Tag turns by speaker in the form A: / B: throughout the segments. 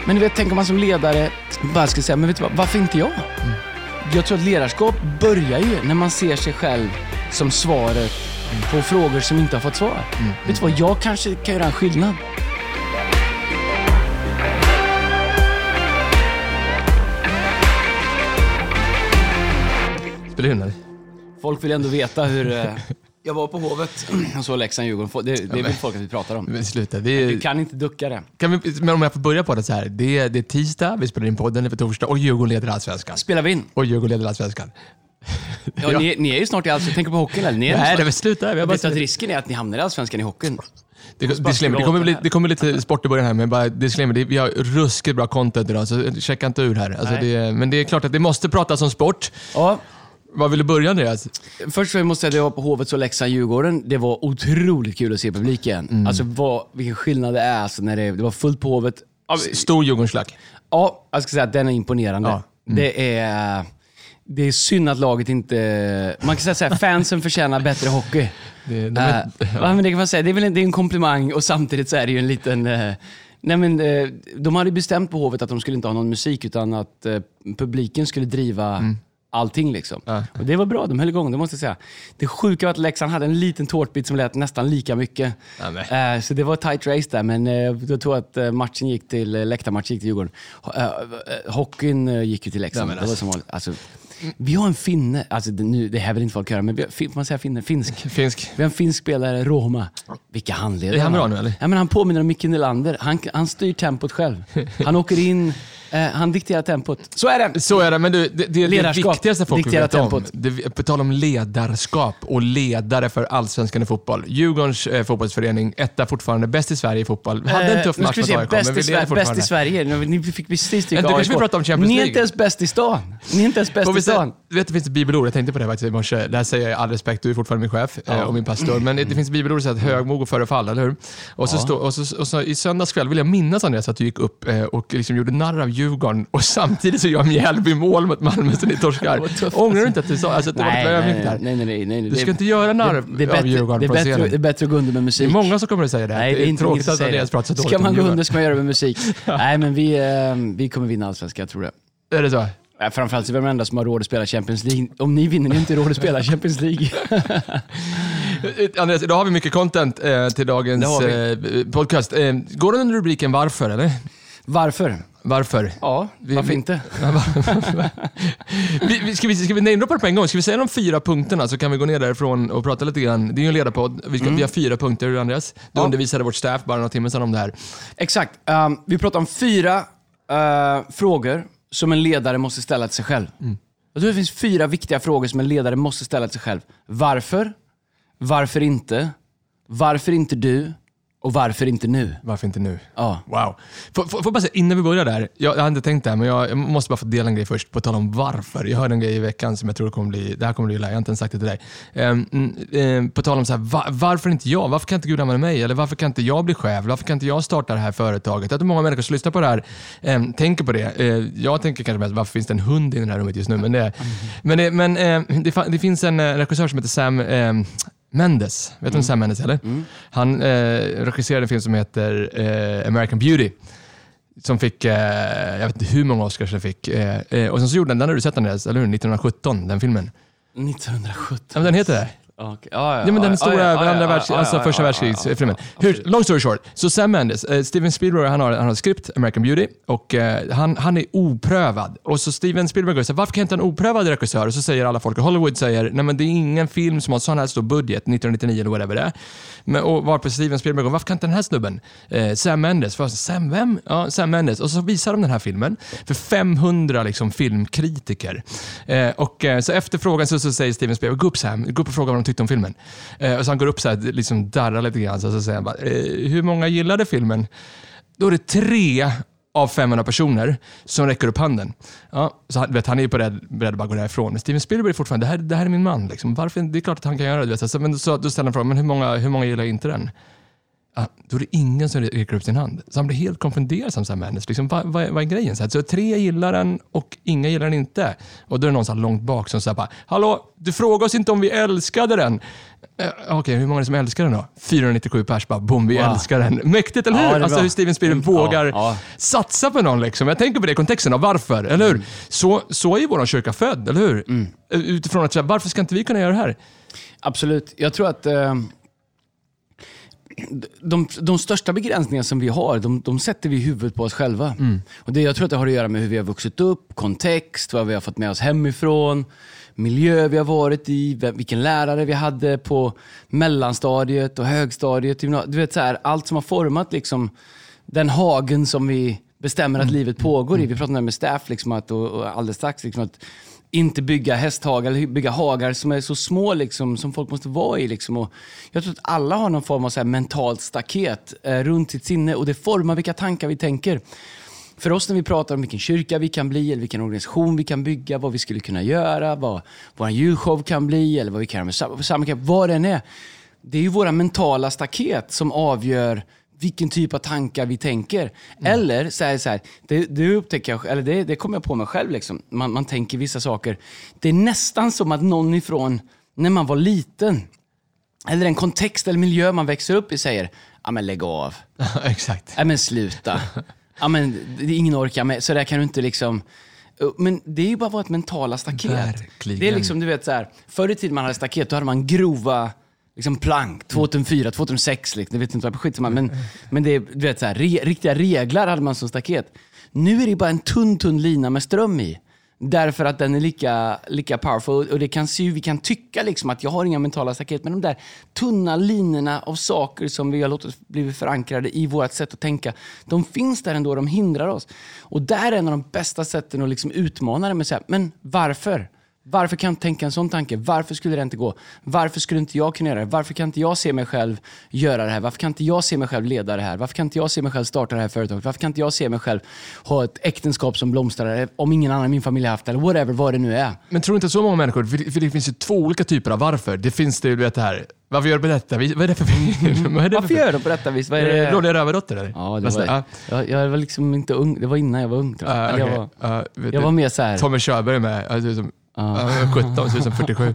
A: Men du vet, tänker man som ledare bara ska säga, men vet du vad, varför inte jag? Jag tror att ledarskap börjar ju när man ser sig själv som svaret på frågor som inte har fått svar. Vet du vad, jag kanske kan göra en skillnad.
B: Spelar in.
A: Folk vill ändå veta hur jag var på Hovet och så Leksand-Djurgården. Det vill folk att vi pratar om.
B: Men sluta,
A: Du kan inte ducka det.
B: Men om jag får börja på det så här. Det är tisdag, vi spelar in podden, det är på torsdag och Djurgården leder Allsvenskan.
A: Spelar vi in?
B: Och Djurgården leder Allsvenskan.
A: Ja, ni är ju snart i Allsvenskan. Tänker på hockeyn eller?
B: Nej, det är väl sluta.
A: Jag vet att risken är att ni hamnar i Allsvenskan i hockeyn.
B: Det kommer lite sport i början här, men bara disclaimer, vi har ruskigt bra content idag, så checka inte ur här. Alltså men det är klart att det måste pratas om sport.
A: Ja.
B: Vad vill du börja med?
A: Först måste jag säga att jag var på Hovet och Leksand-Djurgården. Det var otroligt kul att se publiken. Alltså vilken skillnad det är alltså, när det var fullt på Hovet.
B: Stor Djurgårdslack.
A: Ja, jag ska säga att den är imponerande. Ja. Det är synd att laget inte... Man kan säga att fansen förtjänar bättre hockey. Men det kan man säga. Det är en komplimang, och samtidigt så är det ju en liten... de hade bestämt på Hovet att de skulle inte ha någon musik, utan att publiken skulle driva allting liksom. Och det var bra, de höll igång, det måste jag säga. Det sjuka var att Leksand hade en liten tårtbit som lät nästan lika mycket. Så det var ett tight race där, men jag tror att läktarmatchen gick till Djurgården. Hockeyn gick ju till Leksand. Det var som vanligt. Alltså, vi har en finne, alltså det här vill inte folk höra, men man säger finne, finsk. Vi har en finsk spelare, Roma. Vilka handledare.
B: Är han bra nu eller?
A: Ja, men han påminner om Micke Nylander. Han styr tempot själv. Han åker in, han dikterar tempot. Så är det. Men du, det viktigaste folk vill veta om. På tal om ledarskap och ledare för Allsvenskan i fotboll. Djurgårdens fotbollsförening, etta fortfarande bäst i Sverige i fotboll. Hade en tuff match mot AIK, men vi leder fortfarande. Bäst i Sverige. Ni fick precis tycka AIK. Kanske vi pratar om Champions League. Ni är inte ens bäst i stan.
B: Du vet, det finns ett bibelord, jag tänkte på det faktiskt i morse. Där säger jag all respekt, du är fortfarande min chef och min pastor. Men det finns ett bibelord som säger att högmod går före fall, eller hur? Och så i söndagskväll vill jag minnas, Andreas, att du gick upp och liksom gjorde narr av Djurgården, och samtidigt så gör Mjällby mål mot Malmö så ni torskar. Ångrar du inte att du sa att det var nej. Du ska inte göra narr av Djurgården på scenen.
A: Det är bättre att gå under med musik.
B: Det är många som kommer att säga det.
A: Nej, det är inte
B: tråkigt att Andreas pratar så dåligt.
A: Ska man gå under ska man göra det med musik. Nej, men vi kommer vinna Allsvenskan, jag tror det.
B: Är det så?
A: Framförallt så är vi de enda som har råd att spela Champions League. Om ni vinner, ni inte råd att spela Champions League.
B: Andreas, idag har vi mycket content till dagens podcast. Går den under rubriken varför, eller? Varför?
A: Ja, varför inte?
B: Ska vi namedroppa det på en gång? Ska vi säga de 4 punkterna så kan vi gå ner därifrån och prata lite grann. Det är ju en ledarpodd. Vi har 4 punkter, Andreas. Du undervisade vårt staff bara några timmar sedan om det här.
A: Exakt. Vi pratar om 4 frågor som en ledare måste ställa till sig själv. Jag tror det finns 4 viktiga frågor som en ledare måste ställa till sig själv. Varför? Varför inte? Varför inte du? Och varför inte nu?
B: Varför inte nu?
A: Ja.
B: Wow. Får bara säga, innan vi börjar där. Jag hade inte tänkt det här, men jag måste bara få dela en grej först på tal om varför. Jag hörde en grej i veckan som jag tror det här kommer bli, jag har inte ens sagt det till dig. På tal om så här, varför inte jag? Varför kan inte Gud använda mig? Eller varför kan inte jag bli chef? Varför kan inte jag starta det här företaget? Att många människor som lyssnar på det här tänker på det. Jag tänker kanske mest, varför finns det en hund i det här rummet just nu? Men det finns en regissör som heter Sam Mendes. Vet du om Sam Mendes eller? Han regisserade en film som heter American Beauty. Som fick, jag vet inte hur många Oscars den fick. Och sen så gjorde den har du sett den, eller hur? 1917, den filmen.
A: 1917?
B: Ja, men den heter det.
A: Okay.
B: Ja, men den stora första världskrigsfilmen. Long story short. Så Sam Mendes, Steven Spielberg, han har skript American Beauty och han är oprövad. Och så Steven Spielberg säger, varför kan inte en oprövad regissör? Och så säger alla folk i Hollywood säger, nej men det är ingen film som har sån här stor budget 1999 eller whatever det är. Men, och varpå Steven Spielberg går, varför kan inte den här snubben? Sam Mendes. Sam vem? Ja, Sam Mendes. Och så visar de den här filmen för 500 liksom, filmkritiker. Och så efter frågan så säger Steven Spielberg, gå upp och fråga vad de tyckte om filmen. Och så han går upp så här, liksom darrar lite grann. Så säger han bara, hur många gillade filmen? Då är det 3 av 500 personer som räcker upp handen. Ja, så han är ju beredd att bara gå därifrån. Men Steven Spielberg är fortfarande, det här är min man. Liksom. Varför? Det är klart att han kan göra det. Men så, då ställer han frågan, men hur många gillar inte den? då är det ingen som räcker upp sin hand. Så han blir helt konfunderad som Sam Mendes. Liksom, vad är grejen? Så 3 gillar den och inga gillar den inte. Och då är det någon så här långt bak som säger bara, hallå, du frågar oss inte om vi älskade den. Okej, hur många är det som älskar den då? 497 pers, bara boom, vi älskar den. Mäktigt, eller hur? Alltså hur Steven Spielberg vågar satsa på någon liksom. Jag tänker på det i kontexten av varför, eller hur? Så är ju vår kyrka född, eller hur? Utifrån att varför ska inte vi kunna göra det här?
A: Absolut. Jag tror att de största begränsningar som vi har, de sätter vi i huvudet på oss själva. Och jag tror att det har att göra med hur vi har vuxit upp, kontext, vad vi har fått med oss hemifrån, miljö vi har varit i, vilken lärare vi hade på mellanstadiet och högstadiet. Du vet, så här, allt som har format liksom, den hagen som vi bestämmer att livet pågår i. Vi pratade med staff liksom, och alldeles strax liksom, att inte bygga hästhagar eller bygga hagar som är så små liksom, som folk måste vara i. Liksom. Och jag tror att alla har någon form av så här mentalt staket runt sitt sinne, och det formar vilka tankar vi tänker. För oss när vi pratar om vilken kyrka vi kan bli eller vilken organisation vi kan bygga, vad vi skulle kunna göra, vad vår julshow kan bli eller vad vi kan göra med sammanhang, vad den är. Det är ju våra mentala staket som avgör vilken typ av tankar vi tänker. Eller så här, det upptäcker jag, eller det kommer jag på mig själv liksom. Man tänker vissa saker. Det är nästan som att någon ifrån när man var liten eller en kontext eller miljö man växer upp i säger, ja men lägg av.
B: Exakt.
A: Ja men sluta. Ja men det är ingen orkar med, så där kan du inte liksom. Men det är ju bara vårt mentala staket.
B: Verkligen.
A: Det är liksom, du vet så här, förr i tiden man hade staket, då hade man grova liksom plank, 2004, 2006 liksom, det vet inte vad skit som man, men det är, du vet så här, riktiga reglar hade man som staket. Nu är det bara en tunn lina med ström i. Därför att den är lika powerful, och det kan se, vi kan tycka liksom att jag har inga mentala staket, men de där tunna linorna av saker som vi har låtit bli förankrade i vårt sätt att tänka, de finns där ändå, de hindrar oss. Och där är en av de bästa sätten att liksom utmana det med så här, men varför? Varför kan jag tänka en sån tanke? Varför skulle det inte gå? Varför skulle inte jag kunna göra det? Varför kan inte jag se mig själv göra det här? Varför kan inte jag se mig själv leda det här? Varför kan inte jag se mig själv starta det här företaget? Varför kan inte jag se mig själv ha ett äktenskap som blomstrar om ingen annan i min familj har haft det? Eller whatever, vad det nu är.
B: Men tror inte så många människor, för det finns ju 2 olika typer av varför. Det finns det, du vet det här. Varför gör du på detta vis? Vad är det för
A: Varför gör du på detta vis? Vad är det?
B: Dåliga rövardotter eller?
A: Ja, det var, jag var liksom inte ung. Det var innan jag var ung. Jag var mer så här.
B: Tommy Körberg med. Som 17, så ut som 47.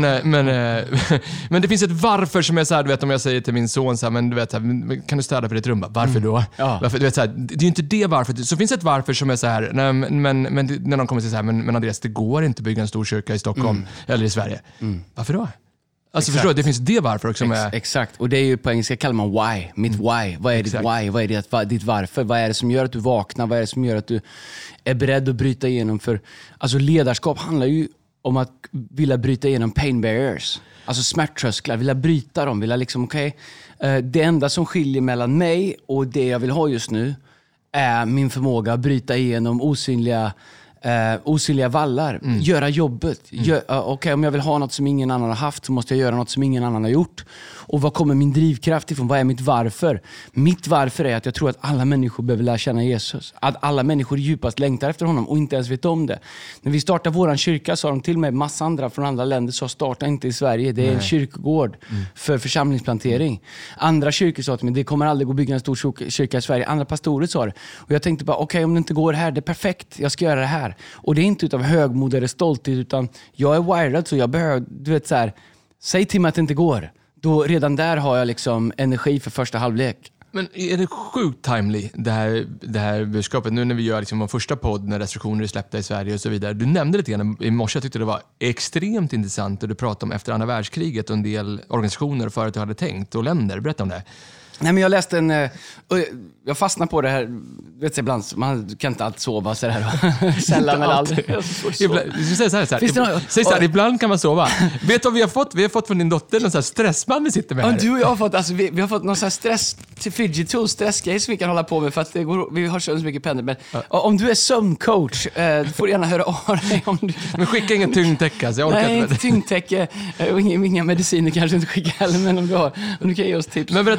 B: Men det finns ett varför som är så här, du vet, om jag säger till min son så här, men du vet så här, kan du städa på ditt rum? Varför då? Varför, du vet så här, det är ju inte det varför. Så finns ett varför som är så här, men när någon kommer till så här, men Andreas, det går inte att bygga en stor kyrka i Stockholm eller i Sverige. Varför då? Alltså förstår du, det finns det varför också med.
A: Exakt, och det är ju på engelska kallar man why, mitt why. Vad är ditt why? Vad är ditt varför? Vad är det som gör att du vaknar? Vad är det som gör att du är beredd att bryta igenom? För alltså ledarskap handlar ju om att vilja bryta igenom pain barriers. Alltså smärttrösklar, vilja bryta dem, vilja liksom det enda som skiljer mellan mig och det jag vill ha just nu är min förmåga att bryta igenom osynliga vallar. Göra jobbet. Okej, om jag vill ha något som ingen annan har haft, så måste jag göra något som ingen annan har gjort. Och vad kommer min drivkraft ifrån? Vad är mitt varför? Mitt varför är att jag tror att alla människor behöver lära känna Jesus. Att alla människor djupast längtar efter honom och inte ens vet om det. När vi startade våran kyrka sa de till mig, massa andra från andra länder sa, starta inte i Sverige. Det är en kyrkogård för församlingsplantering. Andra kyrkor sa till mig, det kommer aldrig gå att bygga en stor kyrka i Sverige. Andra pastorer sa det. Och jag tänkte bara, okej, om det inte går här, det är perfekt. Jag ska göra det här. Och det är inte utav högmod eller stolthet, utan jag är wired, så jag behöver, du vet så här, säg till mig att det inte går. Då redan där har jag liksom energi för första halvlek.
B: Men är det sjukt timely det här budskapet nu när vi gör liksom vår första podd när restriktioner är släppta i Sverige och så vidare? Du nämnde lite grann i morse, jag tyckte det var extremt intressant och du pratade om efter andra världskriget och en del organisationer och företag hade tänkt och länder. Berätta om det.
A: Nej, men jag läste jag fastnade på det här, vet du, ibland man kan inte alltid sova så här sällan eller aldrig.
B: Ibland kan man sova. Vet du vad vi har fått? Vi har fått från din dotter någon sån här stressman vi sitter med här.
A: Du och jag har fått, alltså, vi har fått någon sån här stress till fidget tools, stressgrej som vi kan hålla på med för att vi har så mycket pendel. Men om du är sömncoach, får du gärna höra av dig om du...
B: Men skicka inget tyngdtäcke, alltså, jag orkar
A: inte. Nej, inte tyngdtäcke och inga mediciner kanske inte skicka heller, men om du kan ge oss tips.
B: Men berätta.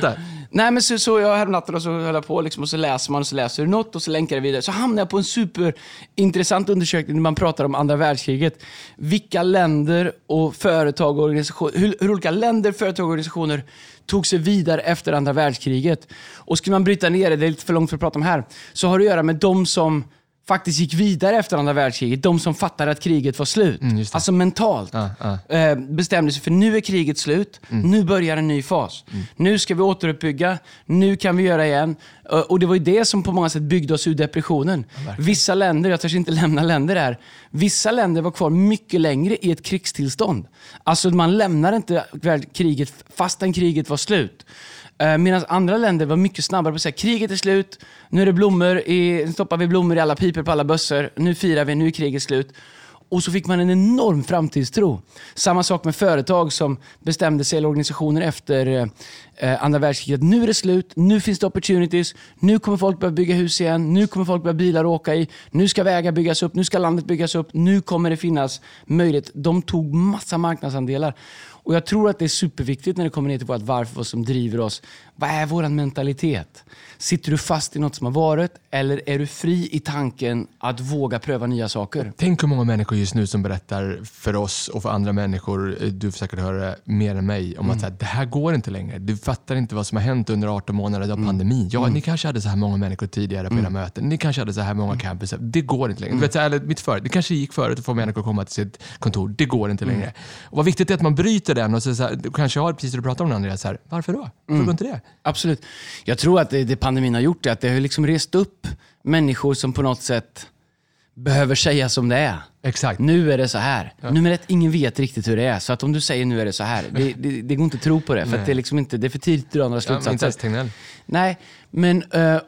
A: Nej, men så jag häromnatten och så höll jag på liksom, och så läser man och så läser du något och så länkar det vidare. Så hamnar jag på en superintressant undersökning när man pratar om andra världskriget. Vilka länder och företag och organisationer, hur olika länder, företag och organisationer tog sig vidare efter andra världskriget. Och skulle man bryta ner det är lite för långt för att prata om här, så har det att göra med de som faktiskt gick vidare efter andra världskriget. De som fattade att kriget var slut. Alltså mentalt. Bestämde sig för nu är kriget slut. Nu börjar en ny fas. Nu ska vi återuppbygga. Nu kan vi göra igen. Och det var ju det som på många sätt byggde oss ur depressionen. Vissa länder, jag törs inte lämna länder där. Vissa länder var kvar mycket längre i ett krigstillstånd. Alltså man lämnar inte kriget fastän kriget var slut. Medan andra länder var mycket snabbare på att säga kriget är slut, nu är det blommor stoppar vi blommor i alla piper på alla bössor, nu firar vi, nu är kriget slut. Och så fick man en enorm framtidstro. Samma sak med företag som bestämde sig, eller organisationer efter andra världskriget. Nu är det slut, nu finns det opportunities, nu kommer folk börja bygga hus igen, nu kommer folk börja bilar åka i, nu ska vägar byggas upp, nu ska landet byggas upp, nu kommer det finnas möjlighet. De tog massa marknadsandelar. Och jag tror att det är superviktigt när det kommer ner till vårt varför, vad som driver oss. Vad är vår mentalitet? Sitter du fast i något som har varit eller är du fri i tanken att våga pröva nya saker?
B: Tänk hur många människor just nu som berättar för oss och för andra människor, du får säkert höra mer än mig, om att det här går inte längre. Du fattar inte vad som har hänt under 18 månader av pandemi. Ja, ni kanske hade så här många människor tidigare på era möten. Ni kanske hade så här många campus. Det går inte längre. Du vet, eller mitt det kanske gick förut att få människor att komma till sitt kontor. Det går inte längre. Och vad viktigt är att man bryter den och så här, du kanske har, precis som du pratar om Andreas, här, varför då? Varför går inte det?
A: Absolut. Jag tror att det pandemin har gjort är att det har liksom rest upp människor som på något sätt behöver säga som det är.
B: Exakt.
A: Nu är det så här. Ja. Nummer ett, ingen vet riktigt hur det är. Så att om du säger nu är det så här, det går inte att tro på det. För att det är liksom inte, det är för tidigt att dra några slutsatser. Nej, men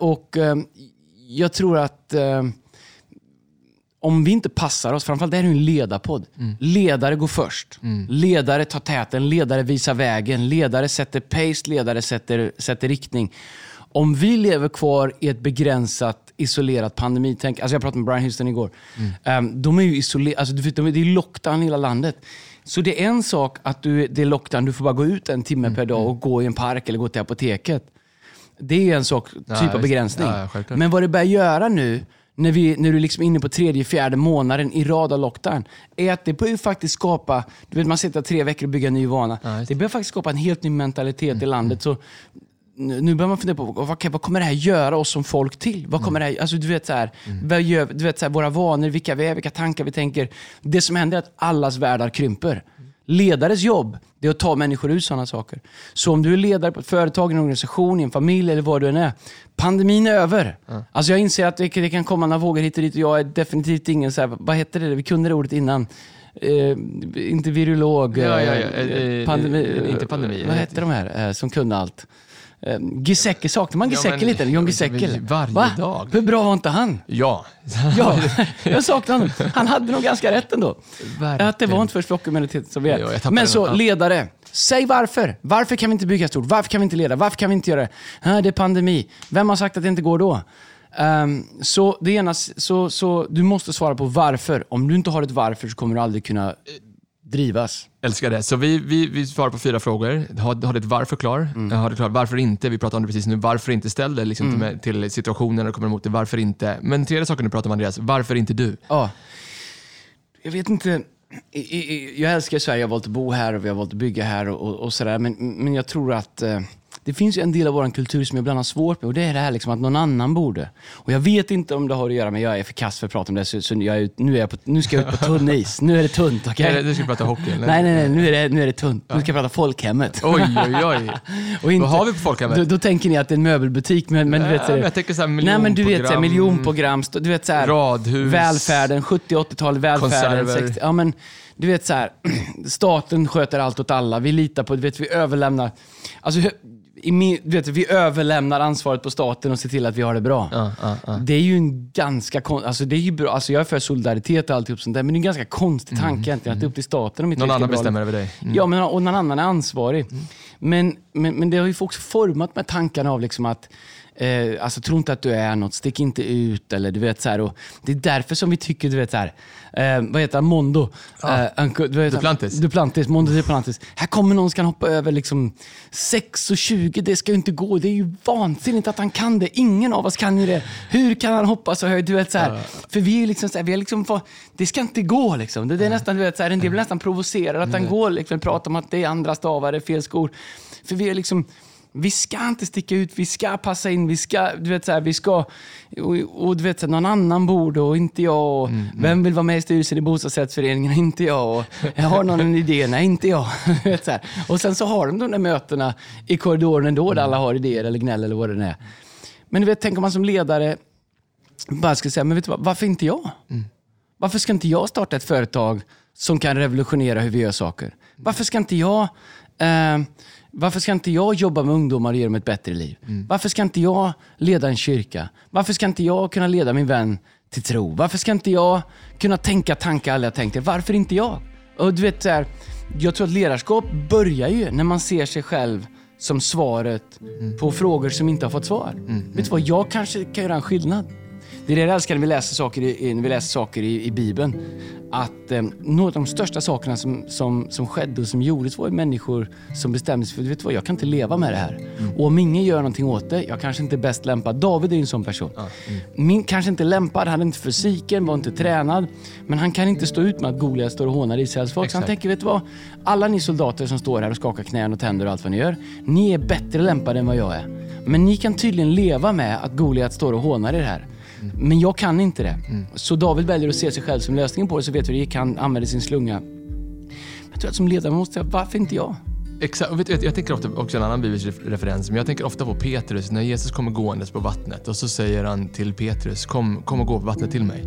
A: jag tror att om vi inte passar oss, framförallt det här är en ledarpodd. Ledare går först. Ledare tar täten, ledare visar vägen, ledare sätter pace, ledare sätter riktning. Om vi lever kvar i ett begränsat, isolerat pandemitänk, alltså jag pratade med Brian Houston igår, de är ju isolerade, alltså det är lockdown i hela landet. Så det är en sak att det är lockdown, du får bara gå ut en timme per dag och gå i en park eller gå till apoteket. Det är en sak, typ av begränsning. Men vad det börjar göra nu, när du är liksom inne på 3-4 månaden i rad av lockdown, är att det börjar faktiskt skapa, du vet man sitter 3 veckor och bygger en ny vana. Det börjar faktiskt skapa en helt ny mentalitet i landet. Så nu börjar man fundera på vad kommer det här göra oss som folk till? Vad kommer det här, alltså du vet så här, våra vanor, vilka vi är, vilka tankar vi tänker. Det som händer är att allas världar krymper. Ledares jobb, det är att ta människor ut sådana saker. Så om du är ledare på ett företag, en organisation, i en familj eller vad du än är, pandemin är över. Alltså jag inser att det kan komma några vågor hit och dit och jag är definitivt ingen så här, vad heter det? Vi kunde det ordet innan. Inte virolog.
B: Inte pandemi.
A: Vad heter de här som kunde allt? Giesecke, saknar man Giesecke lite? John Giesecke.
B: Varje dag.
A: Hur bra var inte han?
B: Ja.
A: Jag saknar honom. Han hade nog ganska rätt ändå. Verkligen. Att det var inte för flockimmunitet som vi är. Men så, ledare. Säg varför. Varför kan vi inte bygga stort? Varför kan vi inte leda? Varför kan vi inte göra det? Det är pandemi. Vem har sagt att det inte går då? Så det ena, så du måste svara på varför. Om du inte har ett varför så kommer du aldrig kunna drivas.
B: Älskar det. Så vi svarar på 4 frågor. Har det ett varför klar? Har det klart varför inte? Vi pratade om det precis nu. Varför inte ställ det liksom till situationen och kommer emot det? Varför inte? Men 3 saker du pratar om, Andreas. Varför inte du?
A: Ja. Jag vet inte. Jag älskar Sverige. Jag har valt att bo här och vi har valt att bygga här och sådär. Men jag tror att det finns ju en del av vår kultur som jag ibland har svårt med, och det är det här liksom att någon annan borde. Och jag vet inte om det har att göra med, jag är för kass för att prata om det, så nu ska jag ut på tunn is. Nu är det tunt, okej?
B: Okay? Du ska prata hockey, eller?
A: Nej, nu är det tunt. Nu ska jag prata folkhemmet.
B: Oj. Och inte, vad har vi på folkhemmet?
A: Då tänker ni att det är en möbelbutik, men du vet så här,
B: jag tänker så här miljonprogram.
A: Nej, men du vet så här, miljonprogram, du vet så här,
B: radhus,
A: välfärden, 70-80-tal välfärden, 60, ja men du vet så här, staten sköter allt åt alla. Vi litar på, du vet, vi överlämnar, alltså vi överlämnar ansvaret på staten och ser till att vi har det bra. Det är ju en ganska alltså det är ju bra, alltså jag är för solidaritet och alltihop sånt där, men det är en ganska konstig tanke egentligen att det är upp till staten om
B: någon annan bestämmer över dig.
A: Ja, men och någon annan är ansvarig. Men men det har ju också format med tankarna av liksom att alltså tro inte att du är något, stick inte ut eller du vet så här, och det är därför som vi tycker du vet så här, vad heter han? Mondo Duplantis, Mondo Duplantis. Här kommer någon som kan hoppa över liksom 6,20, det ska ju inte gå, det är ju vansinnigt att han kan det, ingen av oss kan ju det, hur kan han hoppa så högt, du vet så här, för vi är liksom så här, vi är liksom det ska inte gå liksom, det är nästan du vet så här, en del blir nästan provocerad att han går liksom, pratar om att det är andra stavar, det är fel skor, för vi är liksom, vi ska inte sticka ut, vi ska passa in, vi ska, du vet så här, vi ska och du vet så här, någon annan borde och inte jag och vem vill vara med i styrelsen i bostadsrättsföreningen, inte jag och jag har någon en idé, nej inte jag du vet så här. Och sen så har de där mötena i korridoren ändå där alla har idéer eller gnäll eller vad det är. Men du vet, tänk om man som ledare bara ska säga, men vet du vad, varför inte jag? Varför ska inte jag starta ett företag som kan revolutionera hur vi gör saker? Varför ska inte jag jobba med ungdomar och ge dem ett bättre liv? Varför ska inte jag leda en kyrka? Varför ska inte jag kunna leda min vän till tro? Varför ska inte jag kunna tänka tankar alla jag tänkte? Varför inte jag? Och du vet så här, jag tror att ledarskap börjar ju när man ser sig själv som svaret på frågor som inte har fått svar. Vet du vad, jag kanske kan göra en skillnad. Det är det jag älskar när vi läser saker i Bibeln. Att några av de största sakerna som skedde och som gjordes var ju människor som bestämde sig för, vet du vad, jag kan inte leva med det här. Och om ingen gör någonting åt det, jag kanske inte är bäst lämpad. David är ju en sån person. Min kanske inte lämpad, hade inte fysiken, var inte tränad. Men han kan inte stå ut med att Goliat står och hånar Israels folk. Så han tänker, vet du vad, alla ni soldater som står här och skakar knän och tänder och allt vad ni gör, ni är bättre lämpade än vad jag är. Men ni kan tydligen leva med att Goliat står och hånar er här. Men jag kan inte det. Så David väljer att se sig själv som lösningen på det, så vet vi att han använder sin slunga. Jag tror att som ledare måste jag, varför inte jag?
B: Exakt, och jag tänker ofta också en annan biblisk referens, men jag tänker ofta på Petrus när Jesus kommer gåendes på vattnet och så säger han till Petrus, kom och gå på vattnet till mig.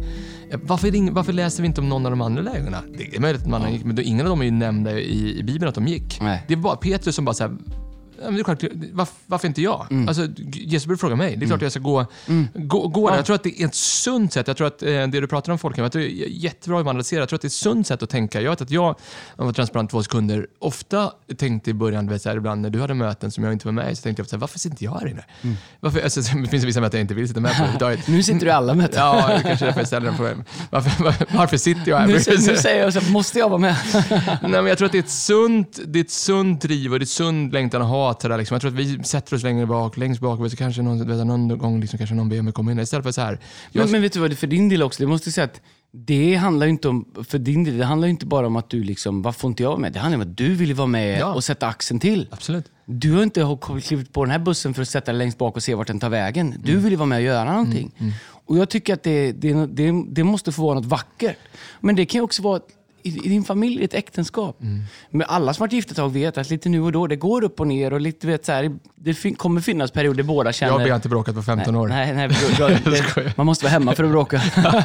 B: Varför läser vi inte om någon av de andra lägena? Det är möjligt att man gick, men ingen av dem är ju nämnda i Bibeln att de gick. Nej. Det var Petrus som bara så här, men det är klart, varför inte jag? Alltså, Jesus borde fråga mig. Det är klart att jag ska gå där. Jag tror att det är ett sunt sätt. Jag tror att det du pratar om folken, det är jättebra att analysera. Jag tror att det är ett sunt sätt att tänka. Jag vet att jag var transparent 2 sekunder. Ofta tänkte i början, vet, så här, ibland när du hade möten som jag inte var med i, så tänkte jag så här, varför sitter jag här inne? Varför, alltså, det finns vissa möten jag inte vill sitta med på.
A: Nu sitter du i alla möten.
B: Ja, det kanske är därför jag ställer den frågan. Varför sitter jag här?
A: Nu säger jag så här, måste jag vara med?
B: Nej, men jag tror att det är ett sunt driv och det är ett sunt längtan att ha till det. Liksom. Jag tror att vi sätter oss längst bak och så kanske någon gång liksom, kanske någon ber mig komma in istället för så här.
A: Men vet du vad, det för din del också, det måste säga att det handlar ju inte om, för din del, det handlar ju inte bara om att du liksom, vad får inte jag med? Det handlar om att du vill vara med och sätta axeln till.
B: Absolut.
A: Du har inte klivit på den här bussen för att sätta dig längst bak och se vart den tar vägen. Du vill ju vara med och göra någonting. Och jag tycker att det måste få vara något vackert. Men det kan ju också vara i din familj, ett äktenskap. Men alla som varit gifta ett tag vet att lite nu och då, det går upp och ner och lite, vet, så här, det kommer finnas perioder båda känner.
B: Jag har inte bråkat på 15 år.
A: Nej, man måste vara hemma för att bråka.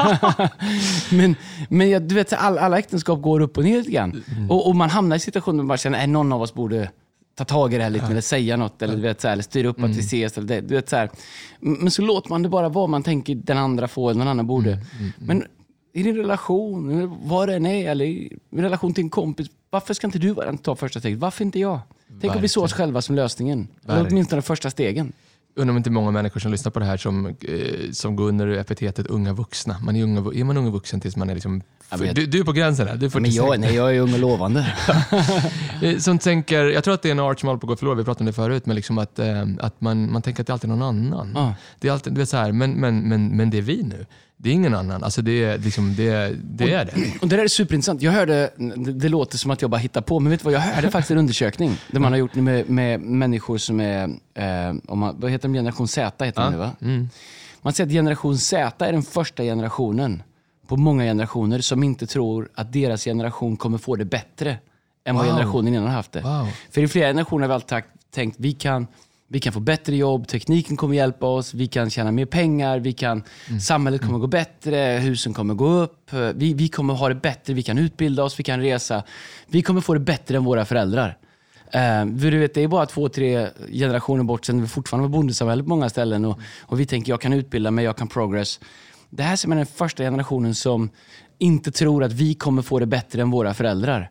A: men du vet, alla äktenskap går upp och ner lite grann. Och man hamnar i situationer där man bara känner att någon av oss borde ta tag i det här lite, eller säga något, eller, du vet, så här, eller styra upp att vi ses. Eller det, du vet, så här. Men så låter man det bara vara. Man tänker den andra får, någon annan borde. Men i din relation, vad det än är, eller i relation till en kompis, varför ska inte du vara den ta första steget? Varför inte jag? Tänk om vi såg oss själva som lösningen. Eller åtminstone de första stegen.
B: Undrar om inte många människor som lyssnar på det här som går under epitetet unga vuxna. Är man unga vuxen tills man är liksom... Du är på gränsen här. Du är 46.
A: Men jag är ung och lovande.
B: Som tänker, jag tror att det är en art som håller på att gå förlorad. Vi pratade om det förut, men liksom att man tänker att det är alltid någon annan. Det är alltid, du vet, så här, men det är vi nu. Det är ingen annan. Alltså det är liksom det är det.
A: Och det där är superintressant. Jag hörde, det låter som att jag bara hittar på, men vet du vad, jag hörde faktiskt en undersökning där man har gjort med människor som är vad heter de, generation Z heter de nu, va? Man säger att generation Z är den första generationen på många generationer som inte tror att deras generation kommer få det bättre än vad generationen innan har haft det. För i flera generationer har vi alltid tänkt vi kan få bättre jobb, tekniken kommer hjälpa oss, vi kan tjäna mer pengar, samhället kommer gå bättre, husen kommer gå upp, vi kommer ha det bättre, vi kan utbilda oss, vi kan resa, vi kommer få det bättre än våra föräldrar. För du vet, det är bara 2-3 generationer bort sen vi fortfarande var bondesamhälle på många ställen och vi tänker jag kan utbilda mig, jag kan progress. Det här är den första generationen som inte tror att vi kommer få det bättre än våra föräldrar.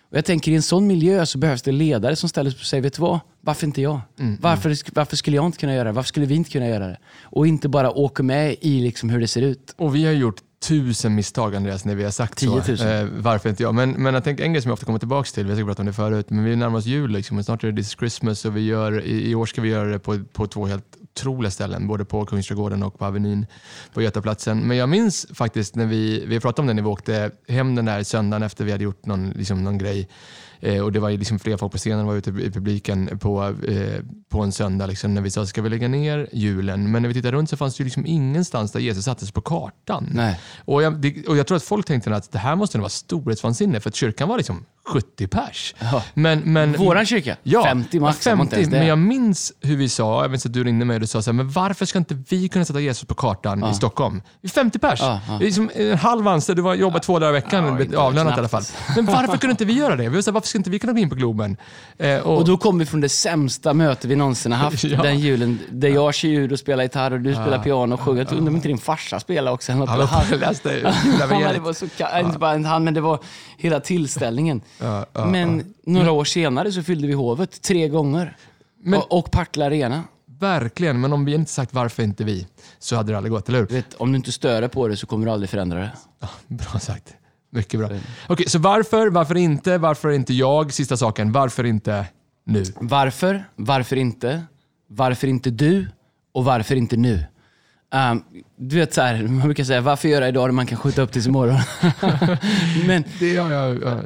A: Och jag tänker i en sån miljö så behövs det ledare som ställer sig och säger, vet du vad? Varför inte jag? Varför skulle jag inte kunna göra det? Varför skulle vi inte kunna göra det? Och inte bara åka med i liksom hur det ser ut.
B: Och vi har gjort 1000 misstag, Andreas, när vi har sagt
A: 10 000.
B: så. Varför inte jag? Men jag tänker en grej som jag ofta kommer tillbaka till, vi har säkert pratat om det förut, men vi närmar oss jul liksom, och snart är det This is Christmas, och i år ska vi göra det på 2 helt otroliga ställen, både på Kungsträdgården och på Avenyn på Götaplatsen. Men jag minns faktiskt när vi pratade om det när vi åkte hem den där söndagen efter vi hade gjort någon grej. Och det var ju liksom fler folk på scenen, var ute i publiken på en söndag liksom, när vi sa, ska vi lägga ner julen? Men när vi tittade runt så fanns det ju liksom ingenstans där Jesus sattes på kartan.
A: Nej.
B: Och jag tror att folk tänkte att det här måste vara storhetsvansinne, för att kyrkan var liksom 70 pers.
A: Ja.
B: Men
A: våran kyrka?
B: Ja,
A: 50 max.
B: 50, men jag minns hur vi sa, jag vet att du ringde mig och du sa så här, men varför ska inte vi kunna sätta Jesus på kartan i Stockholm? Vi är 50 pers. Det är liksom en halv anställd, du jobbar 2 dagar i veckan, avlönat i alla fall. Men varför kunde inte vi göra det? Vi sa, varför ska inte vi kunna gå in på Globen?
A: Och då kom vi från det sämsta mötet vi någonsin har haft den julen, där jag kör ljud och spelar gitarr och du spelar piano och sjunger. Jag undrar om inte din farsa spelar också.
B: Det
A: var så inte bara en hand, men det var hela tillställningen. Men några år senare så fyllde vi Hovet 3 gånger. Och Partille Arena.
B: Verkligen, men om vi inte sagt varför inte vi, så hade det aldrig gått, eller hur?
A: Om du inte stör på det så kommer du aldrig förändra det.
B: Bra sagt. Mycket bra. Okej, så varför inte jag? Sista saken, varför inte nu?
A: Varför inte du? Och varför inte nu? Du vet så här, man brukar säga, varför göra idag när man kan skjuta upp tills imorgon? Men
B: det har jag.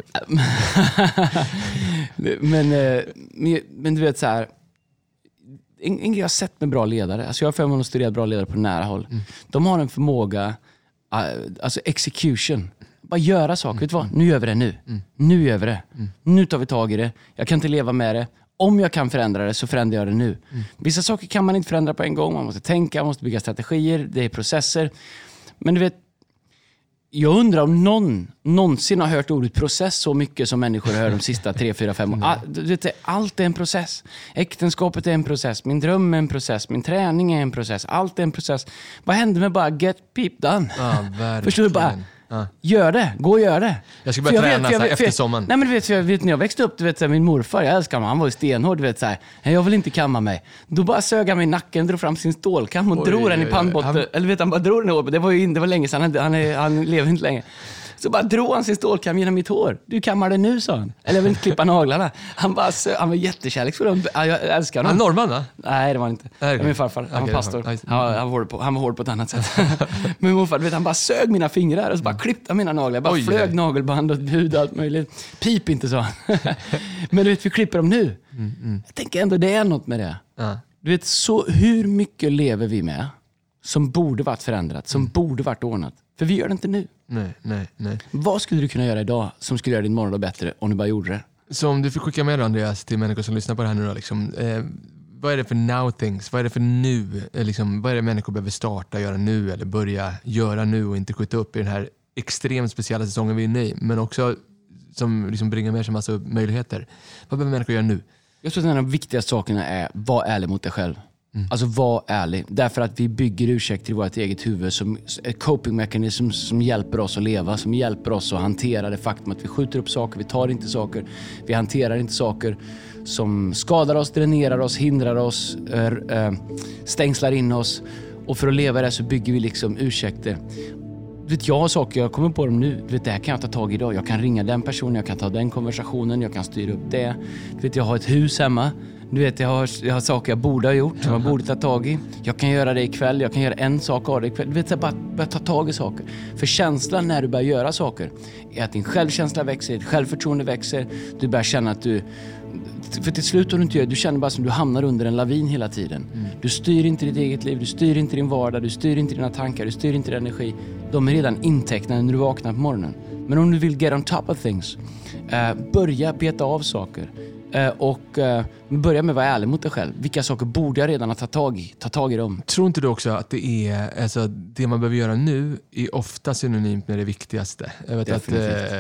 A: men du vet så här, en grej jag har sett med bra ledare, alltså jag har förmånen att studera bra ledare på nära håll. De har en förmåga, alltså execution. Bara göra saker, vet du vad? Nu gör vi det nu. Nu gör vi det. Nu tar vi tag i det. Jag kan inte leva med det. Om jag kan förändra det så förändrar jag det nu. Vissa saker kan man inte förändra på en gång. Man måste tänka, man måste bygga strategier. Det är processer. Men du vet, jag undrar om någon någonsin har hört ordet process så mycket som människor hör de sista 3, 4, 5 år. Allt är en process. Äktenskapet är en process. Min dröm är en process. Min träning är en process. Allt är en process. Vad händer med bara get peep done? Förstår du bara? Gör det, gå och gör det.
B: Jag ska börja träna efter sommaren.
A: Nej, men du vet när jag växte upp, du vet min morfar, jag älskar honom, han var ju stenhård, du vet så här. Jag vill inte kamma mig. Då bara sög han mig i nacken, drog fram sin stålkam och drog den i pannbotten. Eller vet han bara drog den i håret. Det var länge sedan, han lever inte längre. Så bara drog han sin stålkam genom mitt hår. Du kammar det nu, sa han. Eller jag vill inte klippa naglarna. Han var jättekärleksfull. Jag älskar honom.
B: Han norrman, va?
A: Nej, det var inte. Det var min farfar. Han var pastor. Han var hård på ett annat sätt. Men morfar, vet, han bara sög mina fingrar och så bara klippte mina naglar. Bara flög nagelband och hud och allt möjligt. Pip inte, sa han. Men du vet, vi klipper dem nu. Jag tänker ändå det är något med det. Du vet, så hur mycket lever vi med som borde varit förändrat, som borde varit ordnat? För vi gör det inte nu.
B: Nej.
A: Vad skulle du kunna göra idag som skulle göra din morgondag bättre om du bara gjorde det?
B: Så om du får skicka med, Andreas, till människor som lyssnar på det här nu då, liksom, vad är det för now things? Vad är det för nu? Liksom, vad är det människor behöver starta, göra nu eller börja göra nu och inte skjuta upp i den här extremt speciella säsongen vi är inne i, men också som liksom bringar med sig en massa möjligheter. Vad behöver människor göra nu?
A: Jag tror att en av de viktigaste sakerna är var ärlig mot dig själv. Alltså var ärlig. Därför att vi bygger ursäkter i vårt eget huvud som ett coping mechanism som hjälper oss att leva, som hjälper oss att hantera det faktum att vi skjuter upp saker, vi tar inte saker, vi hanterar inte saker som skadar oss, dränerar oss, hindrar oss, stängslar in oss. Och för att leva det så bygger vi liksom ursäkter. Vet, jag har saker, jag kommer på dem nu. Vet, det här kan jag ta tag i idag. Jag kan ringa den personen, jag kan ta den konversationen, jag kan styra upp det. Vet, jag har ett hus hemma. Du vet, jag har saker jag borde ha gjort, som jag borde ta tag i. Jag kan göra det ikväll, jag kan göra en sak av det ikväll. Du vet, jag bara ta tag i saker. För känslan när du börjar göra saker är att din självkänsla växer, ditt självförtroende växer. Du börjar känna att för till slut du inte gör, du känner bara som du hamnar under en lavin hela tiden. Du styr inte ditt eget liv, du styr inte din vardag, du styr inte dina tankar, du styr inte din energi. De är redan intecknade när du vaknar på morgonen. Men om du vill get on top of things, börja beta av saker. Och börja med att vara ärlig mot dig själv. Vilka saker borde jag redan ha ta tag i dem?
B: Tror inte du också att det är, alltså, det man behöver göra nu är ofta synonymt med det viktigaste? Jag vet att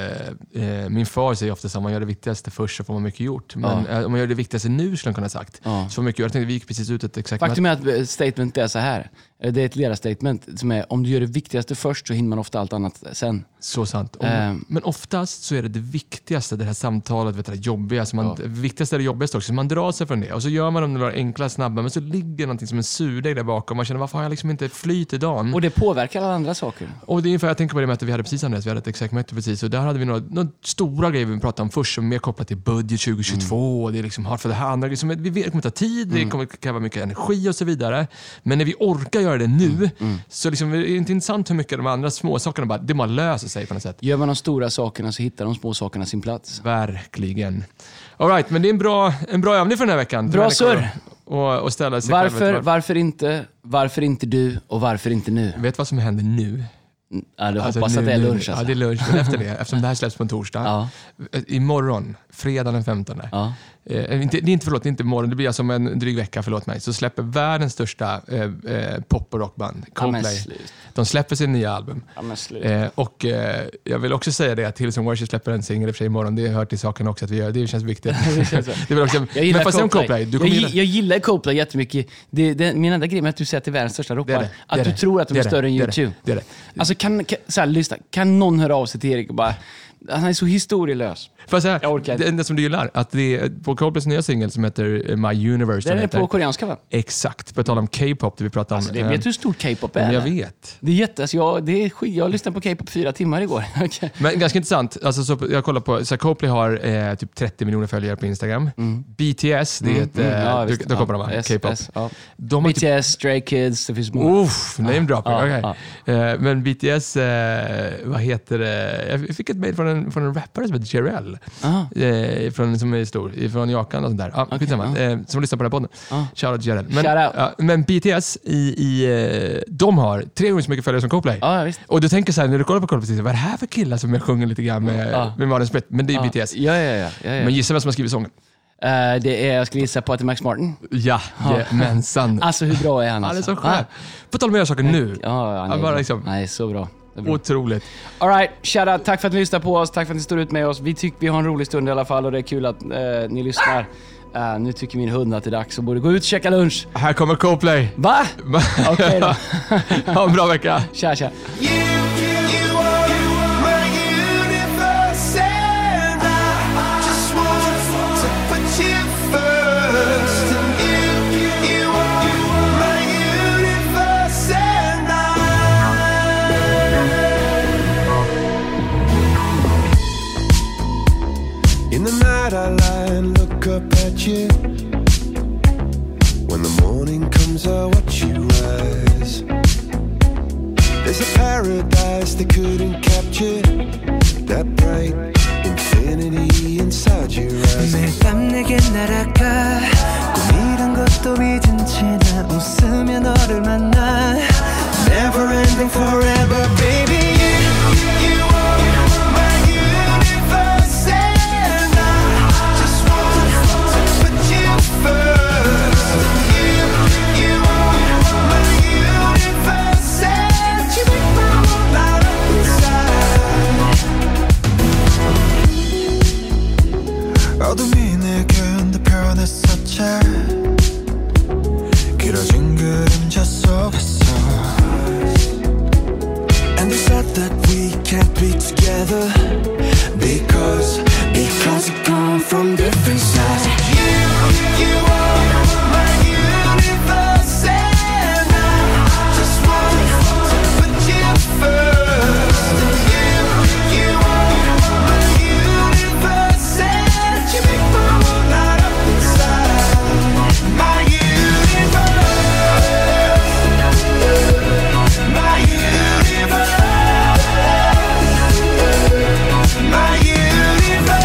B: min far säger ofta att man gör det viktigaste först så får man mycket gjort. Men om man gör det viktigaste nu skulle han kunna ha sagt. Så mycket. Jag tänkte vi gick precis ut ett exakt.
A: Faktum är att statement är så här. Det är ett ledarstatement som är, om du gör det viktigaste först så hinner man ofta allt annat sen.
B: Så sant. Men oftast så är det viktigaste, det här samtalet, det jobbiga. Det viktigaste är det jobbigaste också. Så man drar sig från det. Och så gör man de enkla, snabba. Men så ligger någonting som en surdeg där bakom. Man känner, varför har jag liksom inte flyt i dagen?
A: Och det påverkar alla andra saker.
B: Och det är ungefär, jag tänker på det mötet vi hade precis, Andreas. Vi hade ett exakt möte precis. Och där hade vi några stora grejer vi pratade om först. Som är mer kopplat till budget 2022. Och det är liksom hard för det här andra. Liksom, vi vet, det kommer ta tid. Det kommer kräva mycket energi och så vidare. Men när vi orkar göra det nu. Så liksom, det är inte intressant hur mycket de andra små sakerna det bara löser sig på något sätt.
A: Gör man de stora sakerna så hittar de små sakerna sin plats.
B: Verkligen. All right, men det är en bra övning för den här veckan.
A: Bra surr.
B: Och ställa sig
A: varför inte du och varför inte nu?
B: Vet vad som händer nu?
A: Ja, du hoppas att det är lunch. Alltså.
B: Ja, det är lunch. Men efter det, eftersom det här släpps på en torsdag. Imorgon, fredag den 15. Det är inte imorgon, det blir alltså om en dryg vecka, förlåt mig. Så släpper världens största pop- och rockband, Coldplay. De släpper sin nya album. Och jag vill också säga det att Hills & Worship släpper en singel i sig imorgon. Det hör till saken också att vi gör. Det känns viktigt. Det vill också,
A: jag gillar
B: Coldplay.
A: Jag gillar Coldplay jättemycket. Min enda grej med att du säger att det är världens största rockband. Att du tror att de är större än YouTube.
B: Det är det.
A: Alltså kan någon höra av sig till Erik och bara... Han är så historielös.
B: Får jag säga, det som du gillar, att det är på Coldplays nya singel som heter My Universe.
A: Den är på koreanska, va?
B: Exakt, på att tala om K-pop det vi pratar om.
A: Alltså, det vet hur stort K-pop är.
B: Jag vet.
A: Det är jättes, jag lyssnade på K-pop 4 timmar igår. Okay.
B: Men ganska intressant. Alltså, så jag kollar på, så Coldplay har typ 30 miljoner följare på Instagram. BTS, det är ett... Då kommer de, va? K-pop. De
A: BTS, typ, Stray Kids, det finns många.
B: Name dropping. Men BTS, vad heter det? Jag fick ett mejl från en rappare som heter Jarell. Som är stor, från Jakan och sånt där. Som lyssnar på den här podden. Shoutout Jarell. Men BTS, de har 3 gånger så mycket följare som Coldplay. Och du tänker så här, när du kollar på Coldplay, vad är det här för killar som jag sjunger lite grann med Martin Smith? Men det är BTS. Men gissa vem som har skrivit sången?
A: Jag skulle gissa på att det är Max Martin.
B: Ja, mensan.
A: Alltså hur bra är han?
B: Han är så skön. På tal om att göra saker nu.
A: Nej, så bra.
B: Otroligt.
A: All right, shoutout. Tack för att ni lyssnar på oss. Tack för att ni står ut med oss. Vi tycker vi har en rolig stund i alla fall och det är kul att ni lyssnar. Nu tycker min hund att det är dags och borde gå ut och käka lunch.
B: Här kommer Coldplay.
A: Va? Okej då.
B: Ha en bra vecka.
A: Tja.
C: In the night I lie and look up at you. When the morning comes I watch you rise. There's a paradise they couldn't capture. That bright infinity inside your eyes.
D: 매일 밤 내게 날아가 꿈이란 것도 잊은 채 나 웃으며 너를 만나. Never ending forever baby. You are my universe and I just want to put you first. You are my universe and you make my whole light up inside. 어둠이 내겐 더 변했었지. 길어진 그림자 속에서. And they said that we can't be together because we come from different sides. You are my universe and I just want to put you first. You are my universe and you make my whole light up inside. My universe, my universe. My universe.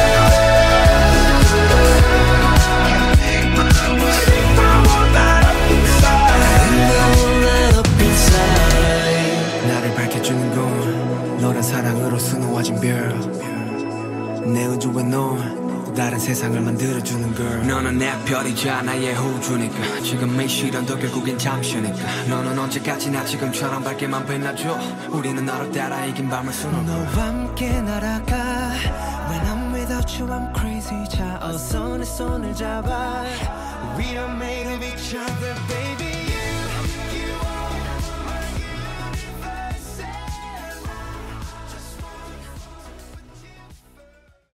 D: 나를 밝혀주는 건 너란 사랑으로 수놓아진 별. 내 우주와 넌 다른 세상을 만들어주는 girl. 너는 내 별이자 나의 호주니까 지금의 시련도 결국엔 잠시니까. 너는 언제까지나 지금처럼 밝게만 빛나줘. 우리는 너를 따라 이긴 밤을 수놓고 너와 함께 날아가. When I'm without you I'm crazy. 자 어서 내 손을 잡아. We are made of each other baby.